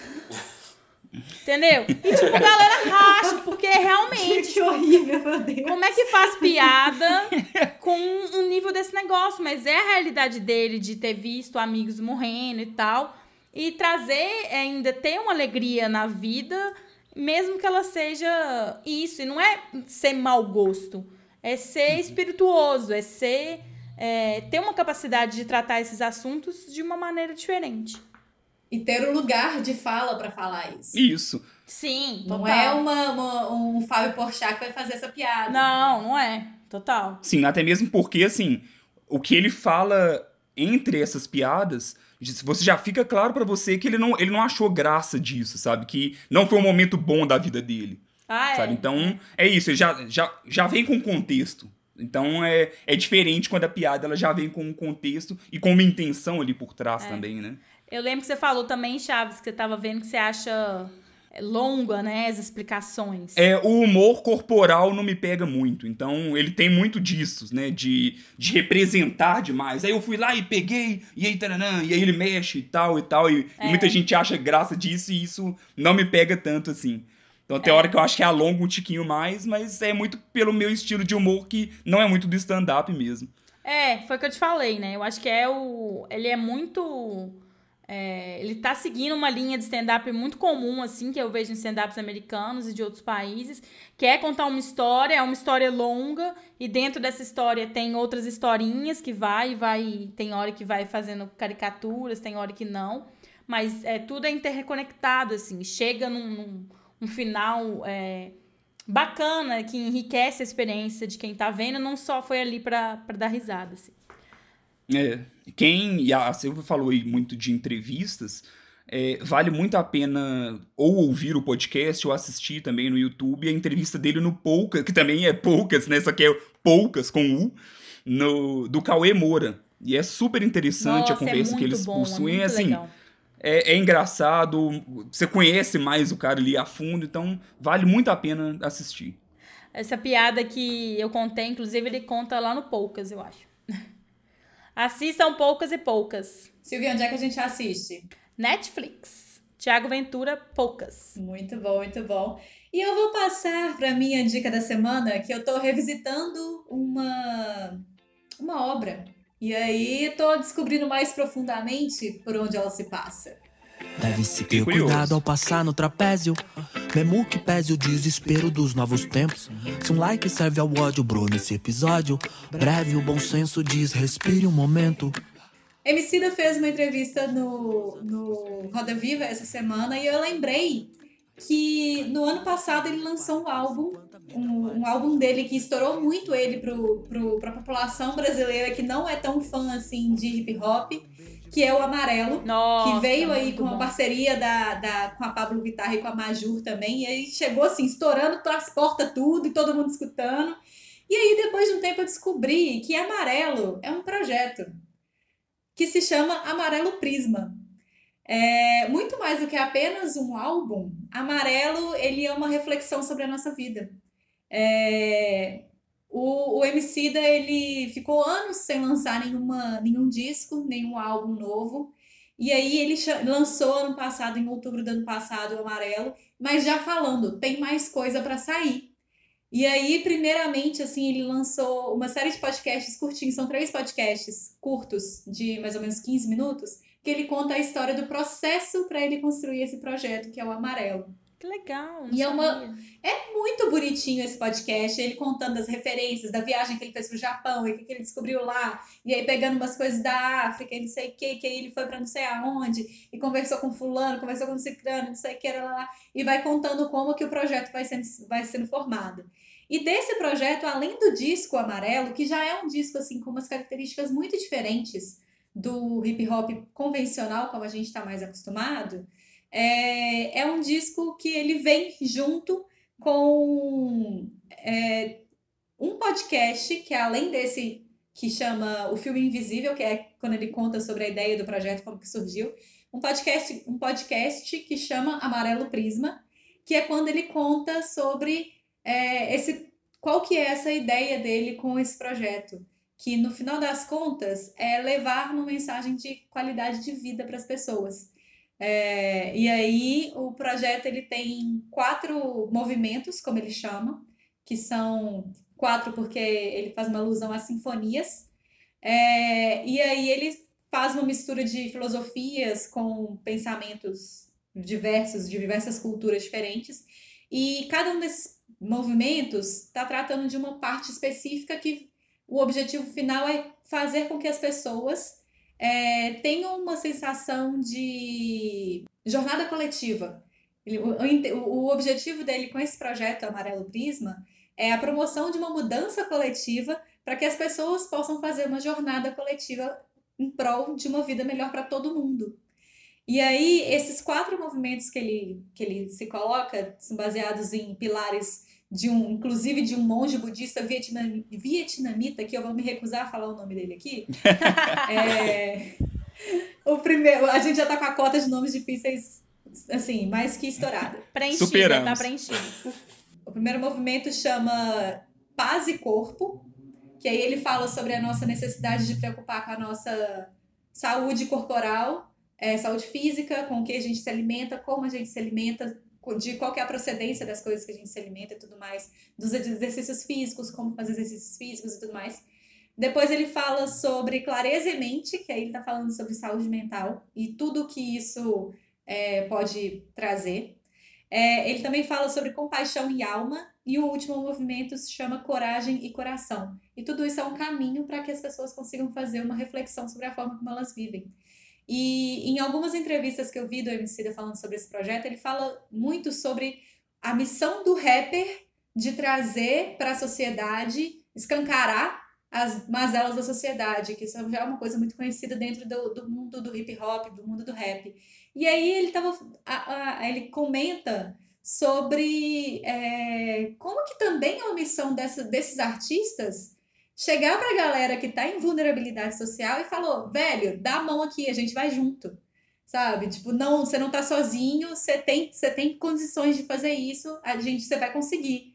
Entendeu? E tipo, a galera racha, porque realmente... Que horrível, meu Deus. Como é que faz piada com um nível desse negócio? Mas é a realidade dele de ter visto amigos morrendo e tal. E trazer, ainda ter uma alegria na vida, mesmo que ela seja isso. E não é ser mau gosto, é ser espirituoso, é ser... ter uma capacidade de tratar esses assuntos de uma maneira diferente. E ter um lugar de fala pra falar isso. Isso. Sim, Não total. é um Fábio Porchat que vai fazer essa piada. Não é. Total. Sim, até mesmo porque, assim, o que ele fala entre essas piadas, você já fica claro pra você que ele não achou graça disso, sabe? Que não foi um momento bom da vida dele. Sabe? Então, é isso, ele já vem com contexto. Então, é diferente quando a piada ela já vem com um contexto e com uma intenção ali por trás também, né? Eu lembro que você falou também, Chaves, que você tava vendo que você acha longa, né, as explicações. O humor corporal não me pega muito. Então, ele tem muito disso, né? De representar demais. Aí eu fui lá e peguei, e aí taranã, e aí ele mexe e tal. E muita gente acha graça disso e isso não me pega tanto assim. Então tem hora que eu acho que alonga um tiquinho mais, mas é muito pelo meu estilo de humor que não é muito do stand-up mesmo. Foi o que eu te falei, né? Eu acho que ele é muito... ele tá seguindo uma linha de stand-up muito comum, assim, que eu vejo em stand-ups americanos e de outros países, que é contar uma história longa, e dentro dessa história tem outras historinhas que tem hora que vai fazendo caricaturas, tem hora que não, mas tudo é interconectado, assim, chega um final bacana, que enriquece a experiência de quem tá vendo, não só foi ali pra dar risada, assim. E a Silvia falou aí muito de entrevistas, vale muito a pena ou ouvir o podcast ou assistir também no YouTube a entrevista dele no Poucas, que também é Poucas, né, só que é Poucas com U, do Cauê Moura. E é super interessante. Nossa, a conversa que eles possuem, assim... Legal. É engraçado, você conhece mais o cara ali a fundo, então vale muito a pena assistir. Essa piada que eu contei, inclusive, ele conta lá no Poucas, eu acho. Assistam Poucas e Poucas. Silvia, onde é que a gente assiste? Netflix. Tiago Ventura, Poucas. Muito bom, muito bom. E eu vou passar para minha dica da semana, que eu tô revisitando uma obra. E aí tô descobrindo mais profundamente por onde ela se passa. Deve-se ter cuidado ao passar no trapézio, mesmo que pese o desespero dos novos tempos. Se um like serve ao ódio, Bruno, nesse episódio breve, o bom senso diz, respire um momento. Emicida fez uma entrevista no Roda Viva essa semana e eu lembrei que no ano passado ele lançou um álbum dele que estourou muito ele pra população brasileira que não é tão fã assim de hip hop, que é o Amarelo. Nossa, que veio aí com bom. uma parceria com a Pablo Vittar e com a Majur também, e aí chegou assim, estourando, transporta tudo e todo mundo escutando. E aí depois de um tempo eu descobri que Amarelo é um projeto que se chama Amarelo Prisma. Muito mais do que apenas um álbum, Amarelo, ele é uma reflexão sobre a nossa vida. O Emicida, ele ficou anos sem lançar nenhum disco, nenhum álbum novo. E aí ele lançou ano passado, em outubro do ano passado, o Amarelo, mas já falando, tem mais coisa para sair. E aí, primeiramente, assim, ele lançou uma série de podcasts curtinhos, são 3 podcasts curtos, de mais ou menos 15 minutos, que ele conta a história do processo para ele construir esse projeto, que é o Amarelo. Que legal, não E sabia. é muito bonitinho esse podcast, ele contando as referências da viagem que ele fez pro Japão e o que ele descobriu lá, e aí pegando umas coisas da África e não sei o que aí ele foi pra não sei aonde, e conversou com fulano, conversou com ciclano, não sei o que, lá, e vai contando como que o projeto vai sendo formado. E desse projeto, além do disco Amarelo, que já é um disco assim com umas características muito diferentes do hip hop convencional, como a gente está mais acostumado, é um disco que ele vem junto com um podcast que é além desse que chama O Filme Invisível, que é quando ele conta sobre a ideia do projeto, como que surgiu, um podcast que chama Amarelo Prisma, que é quando ele conta sobre qual que é essa ideia dele com esse projeto, que no final das contas é levar uma mensagem de qualidade de vida para as pessoas. E aí o projeto ele tem 4 movimentos, como ele chama, que são 4 porque ele faz uma alusão às sinfonias, e aí ele faz uma mistura de filosofias com pensamentos diversos, de diversas culturas diferentes, e cada um desses movimentos está tratando de uma parte específica que o objetivo final é fazer com que as pessoas tenham uma sensação de jornada coletiva. O objetivo dele com esse projeto Amarelo Prisma é a promoção de uma mudança coletiva para que as pessoas possam fazer uma jornada coletiva em prol de uma vida melhor para todo mundo. E aí, esses 4 movimentos que ele se coloca são baseados em pilares inclusive de um monge budista vietnamita, que eu vou me recusar a falar o nome dele aqui. O primeiro, a gente já tá com a cota de nomes difíceis, assim, mais que estourada. Preenchida, tá preenchido. O primeiro movimento chama Paz e Corpo, que aí ele fala sobre a nossa necessidade de preocupar com a nossa saúde corporal, saúde física, com o que a gente se alimenta, como a gente se alimenta, de qual que é a procedência das coisas que a gente se alimenta e tudo mais, dos exercícios físicos, como fazer exercícios físicos e tudo mais. Depois ele fala sobre clareza e mente, que aí ele tá falando sobre saúde mental e tudo que isso pode trazer. Ele também fala sobre compaixão e alma, e o último movimento se chama coragem e coração. E tudo isso é um caminho para que as pessoas consigam fazer uma reflexão sobre a forma como elas vivem. E em algumas entrevistas que eu vi do Emicida falando sobre esse projeto, ele fala muito sobre a missão do rapper de trazer para a sociedade, escancarar as mazelas da sociedade, que isso já é uma coisa muito conhecida dentro do mundo do hip hop, do mundo do rap. E aí ele comenta sobre como que também é uma missão desses artistas chegar pra galera que tá em vulnerabilidade social e falou, velho, dá a mão aqui, a gente vai junto, sabe? Tipo, não, você não tá sozinho, você tem condições de fazer isso, você vai conseguir.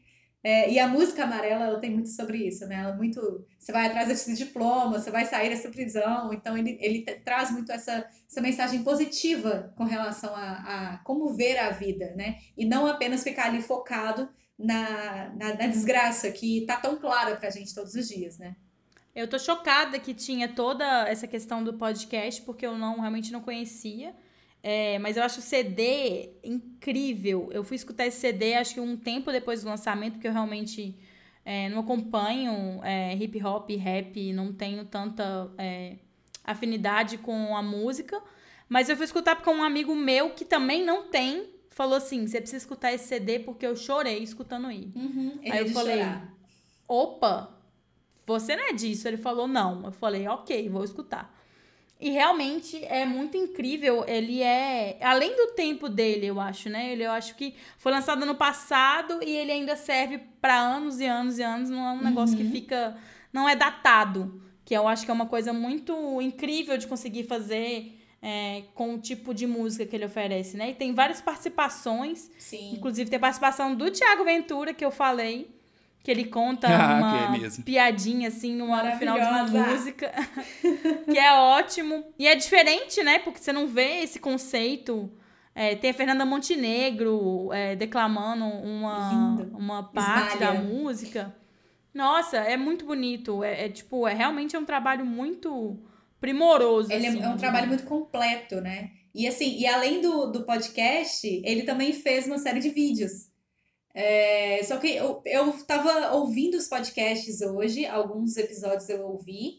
E a música amarela, ela tem muito sobre isso, né? Ela muito... Você vai atrás desse diploma, você vai sair dessa prisão. Então, ele traz muito essa mensagem positiva com relação a como ver a vida, né? E não apenas ficar ali focado na desgraça que tá tão clara pra gente todos os dias, né? Eu tô chocada que tinha toda essa questão do podcast, porque eu realmente não conhecia. Mas eu acho o CD incrível. Eu fui escutar esse CD, acho que um tempo depois do lançamento, porque eu realmente não acompanho hip hop e rap, não tenho tanta afinidade com a música. Mas eu fui escutar porque um amigo meu, que também não tem, falou assim, você precisa escutar esse CD porque eu chorei escutando ele. Aí eu falei, opa, você não é disso? Ele falou, não. Eu falei, ok, vou escutar. E realmente é muito incrível. Ele além do tempo dele, eu acho, né? Eu acho que foi lançado ano passado e ele ainda serve para anos e anos e anos. Não é um negócio que fica... Não é datado. Que eu acho que é uma coisa muito incrível de conseguir fazer com o tipo de música que ele oferece, né? E tem várias participações. Sim. Inclusive tem participação do Thiago Ventura, que eu falei. Que ele conta uma piadinha, assim, no final de uma música. Que é ótimo. E é diferente, né? Porque você não vê esse conceito. Tem a Fernanda Montenegro declamando uma parte da música. Nossa, é muito bonito. Realmente é um trabalho muito primoroso. Ele assim, é um trabalho muito completo, né? E assim, e além do podcast, ele também fez uma série de vídeos. Só que eu tava ouvindo os podcasts hoje, alguns episódios eu ouvi,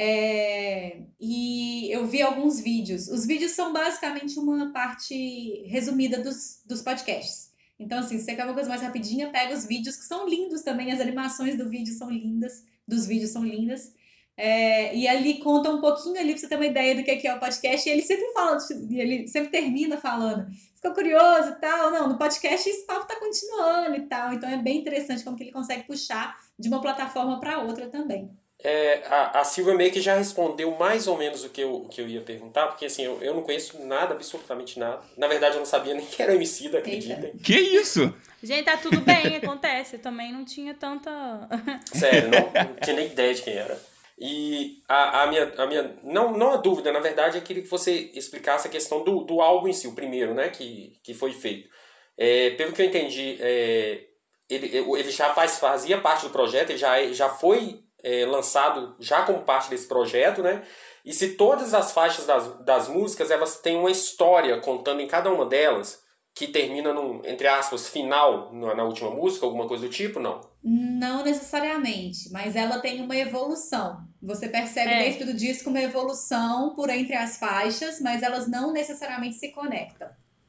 e eu vi alguns vídeos. Os vídeos são basicamente uma parte resumida dos podcasts. Então, assim, se você quer uma coisa mais rapidinha, pega os vídeos, que são lindos também, as animações dos vídeos são lindas. E ali conta um pouquinho ali pra você ter uma ideia do que é o podcast, e ele sempre fala, ele sempre termina falando, ficou curioso e tal, não, no podcast esse papo tá continuando e tal, então é bem interessante como que ele consegue puxar de uma plataforma para outra também. A Silvia meio que já respondeu mais ou menos o que eu ia perguntar, porque assim, eu não conheço nada, absolutamente nada. Na verdade, eu não sabia nem que era Emicida, acreditem. Que isso? Gente, tá tudo bem, acontece. Eu também não tinha tanta... Sério, não tinha nem ideia de quem era. E a minha não a dúvida, na verdade, é que você explicasse a questão do álbum em si, o primeiro, né, que foi feito. Pelo que eu entendi, ele já fazia parte do projeto, ele já foi lançado já como parte desse projeto, né? E se todas as faixas das músicas, elas têm uma história contando em cada uma delas, que termina num, entre aspas, final na última música, alguma coisa do tipo, não? Não necessariamente, mas ela tem uma evolução. Você percebe dentro do disco uma evolução por entre as faixas, mas elas não necessariamente se conectam.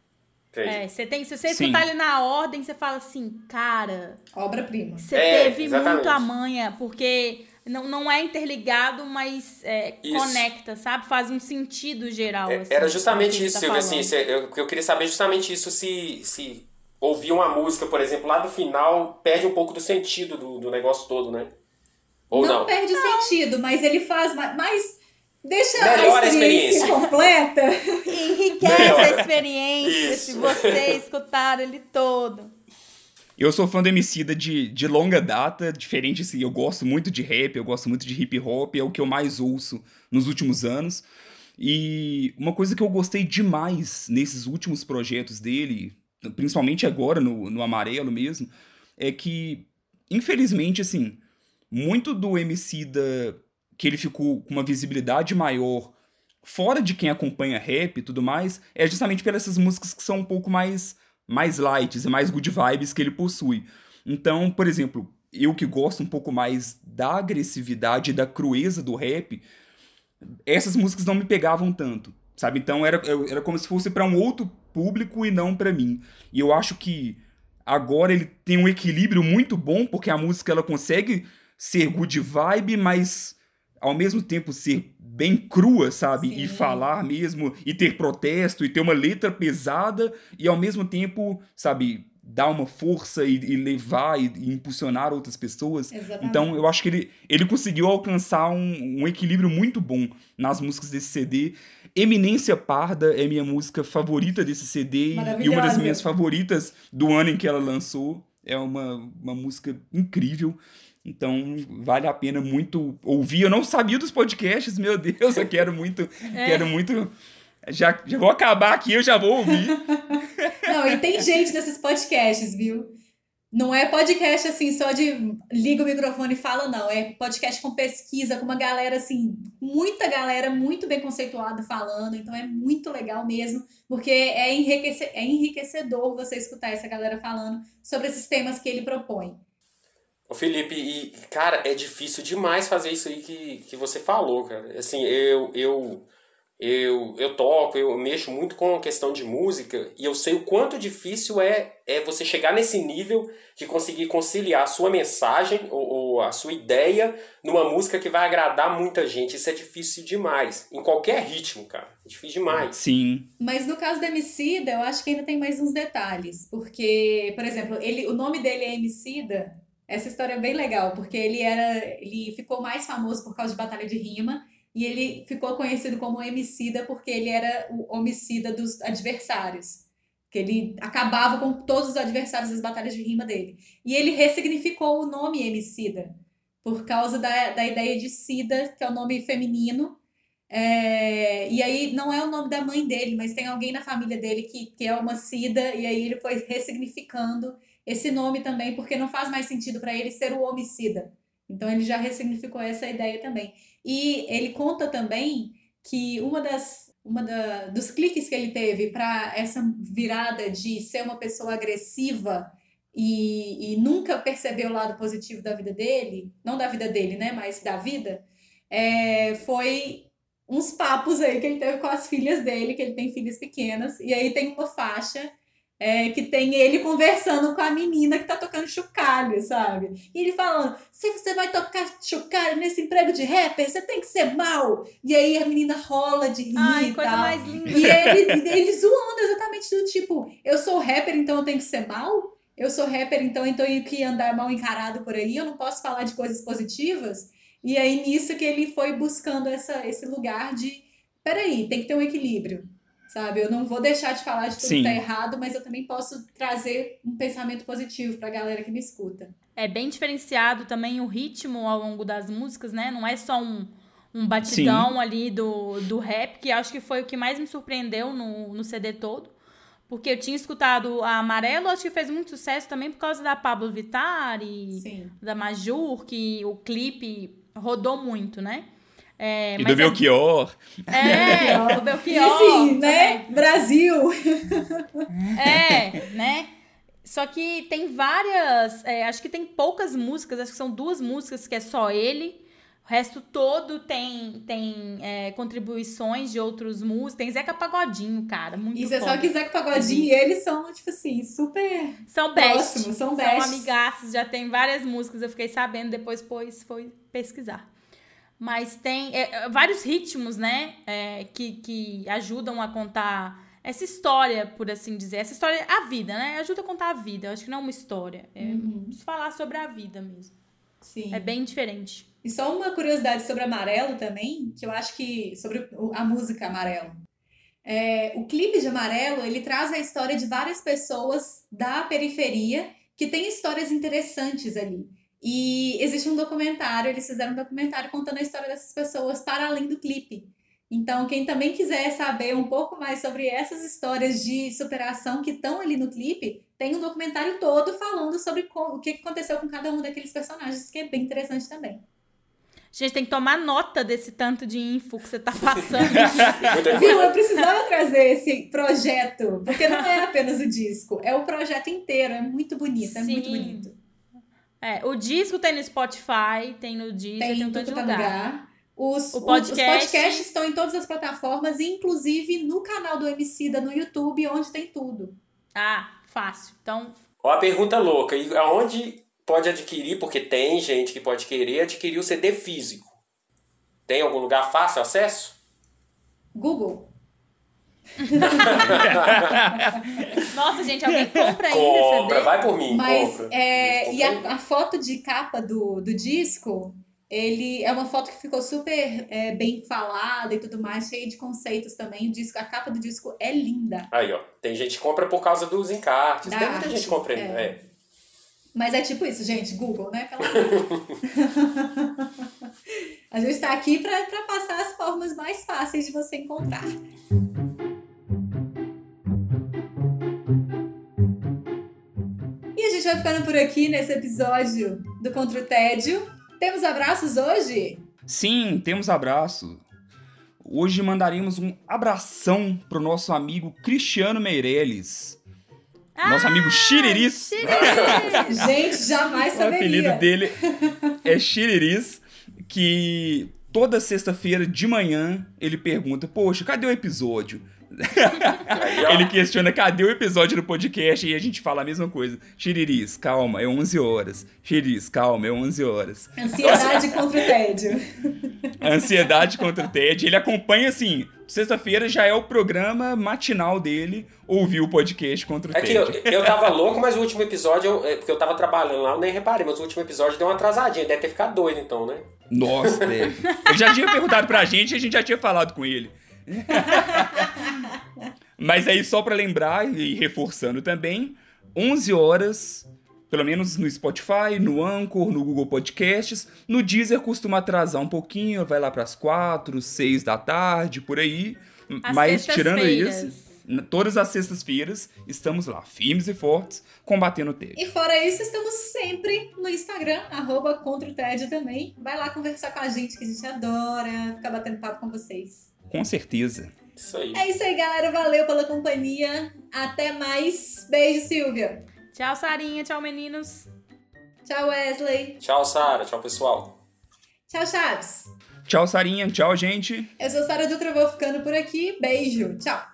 Se você escutar ele na ordem, você fala assim, cara... Obra-prima. Você teve muito a manha, porque não é interligado, mas conecta, sabe? Faz um sentido geral. Assim, era justamente isso, Silvia, assim, eu queria saber justamente isso, se ouvir uma música, por exemplo, lá do final, perde um pouco do sentido do negócio todo, né? Ou não? Não perde o sentido, mas ele faz mais... Deixa melhor a experiência completa. Enriquece a experiência se você escutar ele todo. Eu sou fã do Emicida de longa data, diferente assim, eu gosto muito de rap, eu gosto muito de hip hop, é o que eu mais ouço nos últimos anos. E uma coisa que eu gostei demais nesses últimos projetos dele, principalmente agora no Amarelo mesmo, é que, infelizmente, assim, muito do Emicida que ele ficou com uma visibilidade maior fora de quem acompanha rap e tudo mais, é justamente pelas essas músicas que são um pouco mais light e mais good vibes que ele possui. Então, por exemplo, eu que gosto um pouco mais da agressividade e da crueza do rap, essas músicas não me pegavam tanto, sabe? Então era como se fosse para um outro público e não para mim. E eu acho que agora ele tem um equilíbrio muito bom, porque a música ela consegue ser good vibe, mas ao mesmo tempo ser bem crua, sabe? Sim. E falar mesmo, e ter protesto, e ter uma letra pesada, e ao mesmo tempo, sabe, dar uma força e levar e impulsionar outras pessoas. Exatamente. Então eu acho que ele conseguiu alcançar um equilíbrio muito bom nas músicas desse CD. Eminência Parda é minha música favorita desse CD e uma das minhas favoritas do ano em que ela lançou. É uma música incrível. Então, vale a pena muito ouvir. Eu não sabia dos podcasts, meu Deus, eu quero muito... Já vou acabar aqui, eu já vou ouvir. Não, e tem gente nesses podcasts, viu? Não é podcast, assim, só de liga o microfone e fala, não. É podcast com pesquisa, com uma galera, assim, muita galera muito bem conceituada falando. Então, é muito legal mesmo, porque é enriquecedor você escutar essa galera falando sobre esses temas que ele propõe. Ô Felipe, e, cara, é difícil demais fazer isso aí que você falou, cara. Assim, eu toco, eu mexo muito com a questão de música e eu sei o quanto difícil é você chegar nesse nível de conseguir conciliar a sua mensagem ou a sua ideia numa música que vai agradar muita gente. Isso é difícil demais. Em qualquer ritmo, cara. É difícil demais. Sim. Mas no caso do Emicida, eu acho que ainda tem mais uns detalhes. Porque, por exemplo, o nome dele é Emicida. Essa história é bem legal, porque ele ficou mais famoso por causa de batalha de rima. E ele ficou conhecido como Emicida porque ele era o homicida dos adversários. Que ele acabava com todos os adversários das batalhas de rima dele. E ele ressignificou o nome Emicida por causa da ideia de Cida, que é o nome feminino. E aí não é o nome da mãe dele, mas tem alguém na família dele que é uma Cida. E aí ele foi ressignificando esse nome também, porque não faz mais sentido para ele ser o homicida. Então ele já ressignificou essa ideia também. E ele conta também que dos cliques que ele teve para essa virada de ser uma pessoa agressiva e nunca perceber o lado positivo da vida dele, não da vida dele, né, mas da vida, foi uns papos aí que ele teve com as filhas dele, que ele tem filhas pequenas, e aí tem uma faixa que tem ele conversando com a menina que tá tocando chocalho, sabe? E ele falando, se você vai tocar chocalho nesse emprego de rapper, você tem que ser mal. E aí a menina rola de rir. Ai, e coisa tal. mais linda. E ele zoando exatamente do tipo, eu sou rapper, então eu tenho que ser mal? Eu sou rapper, então eu tenho que andar mal encarado por aí? Eu não posso falar de coisas positivas? E aí nisso que ele foi buscando esse lugar de, peraí, tem que ter um equilíbrio. Sabe, eu não vou deixar de falar de tudo que tá errado, mas eu também posso trazer um pensamento positivo pra galera que me escuta. É bem diferenciado também o ritmo ao longo das músicas, né? Não é só um batidão ali do rap, que acho que foi o que mais me surpreendeu no CD todo. Porque eu tinha escutado a Amarelo, acho que fez muito sucesso também por causa da Pablo Vittar e da Majur, que o clipe rodou muito, né? E do Belchior. Do Belchior. E sim, né? Brasil. Né? Só que tem várias... acho que tem poucas músicas, acho que são 2 músicas que é só ele. O resto todo tem contribuições de outros músicos. Tem Zeca Pagodinho, cara, muito Isso foda. É só que Zeca Pagodinho e eles são, tipo assim, super são próximos, são amigaços, já tem várias músicas, eu fiquei sabendo, depois foi pesquisar. Mas tem vários ritmos, né, que ajudam a contar essa história, por assim dizer. Essa história, a vida, né? Ajuda a contar a vida. Eu acho que não é uma história. Falar sobre a vida mesmo. Sim. É bem diferente. E só uma curiosidade sobre Amarelo também, que eu acho que... Sobre a música Amarelo. O clipe de Amarelo, ele traz a história de várias pessoas da periferia que têm histórias interessantes ali. E existe um documentário, eles fizeram um documentário contando a história dessas pessoas para além do clipe. Então, quem também quiser saber um pouco mais sobre essas histórias de superação que estão ali no clipe, tem um documentário todo falando sobre o que aconteceu com cada um daqueles personagens, que é bem interessante também. A gente tem que tomar nota desse tanto de info que você tá passando. Viu? Eu precisava trazer esse projeto, porque não é apenas o disco, é o projeto inteiro, é muito bonito, é muito bonito. O disco tem no Spotify, tem no Deezer, tem em todo lugar. Os podcasts estão em todas as plataformas, inclusive no canal do Emicida no YouTube, onde tem tudo. Fácil. Então... Ó, a pergunta louca. E aonde pode adquirir, porque tem gente que pode querer adquirir o CD físico? Tem algum lugar fácil acesso? Google. Nossa, gente, alguém compra ainda compra, CD? vai por mim, mas, compra. E a foto de capa do disco, ele é uma foto que ficou super bem falada e tudo mais, cheia de conceitos também. A capa do disco é linda. Aí, ó, tem gente que compra por causa dos encartes. Tem muita gente comprando, Mas é tipo isso, gente, Google, né? A gente tá aqui pra passar as formas mais fáceis de você encontrar. E a gente vai ficando por aqui nesse episódio do Contra o Tédio. Temos abraços hoje? Sim, temos abraço. Hoje mandaremos um abração pro nosso amigo Cristiano Meirelles. Nosso amigo Chiriris. Gente, jamais saberia. O apelido dele é Chiriris, que toda sexta-feira de manhã ele pergunta, poxa, cadê o episódio? Ele questiona, cadê o episódio do podcast? E a gente fala a mesma coisa. Chiriris, calma, é 11 horas. Chiriris, calma, é 11 horas. Ansiedade contra o tédio. Ansiedade contra o tédio. Ele acompanha, assim, sexta-feira já é o programa matinal dele, ouvir o podcast contra o tédio. Eu tava louco, mas o último episódio, porque eu tava trabalhando lá, eu nem reparei, mas o último episódio deu uma atrasadinha, deve ter ficado doido então, né? Nossa, velho. Ele já tinha perguntado pra gente e a gente já tinha falado com ele. Mas aí só pra lembrar e reforçando também, 11 horas, pelo menos no Spotify, no Anchor, no Google Podcasts, no Deezer costuma atrasar um pouquinho, vai lá pras 4, 6 da tarde, por aí. Mas tirando isso, todas as sextas-feiras estamos lá, firmes e fortes, combatendo o tédio. E fora isso, estamos sempre no Instagram, @ContraOTédio também. Vai lá conversar com a gente, que a gente adora ficar batendo papo com vocês. Com certeza. Isso aí. É isso aí, galera. Valeu pela companhia. Até mais. Beijo, Silvia. Tchau, Sarinha. Tchau, meninos. Tchau, Wesley. Tchau, Sara. Tchau, pessoal. Tchau, Chaves. Tchau, Sarinha. Tchau, gente. Eu sou Sara Dutra, vou ficando por aqui. Beijo. Tchau.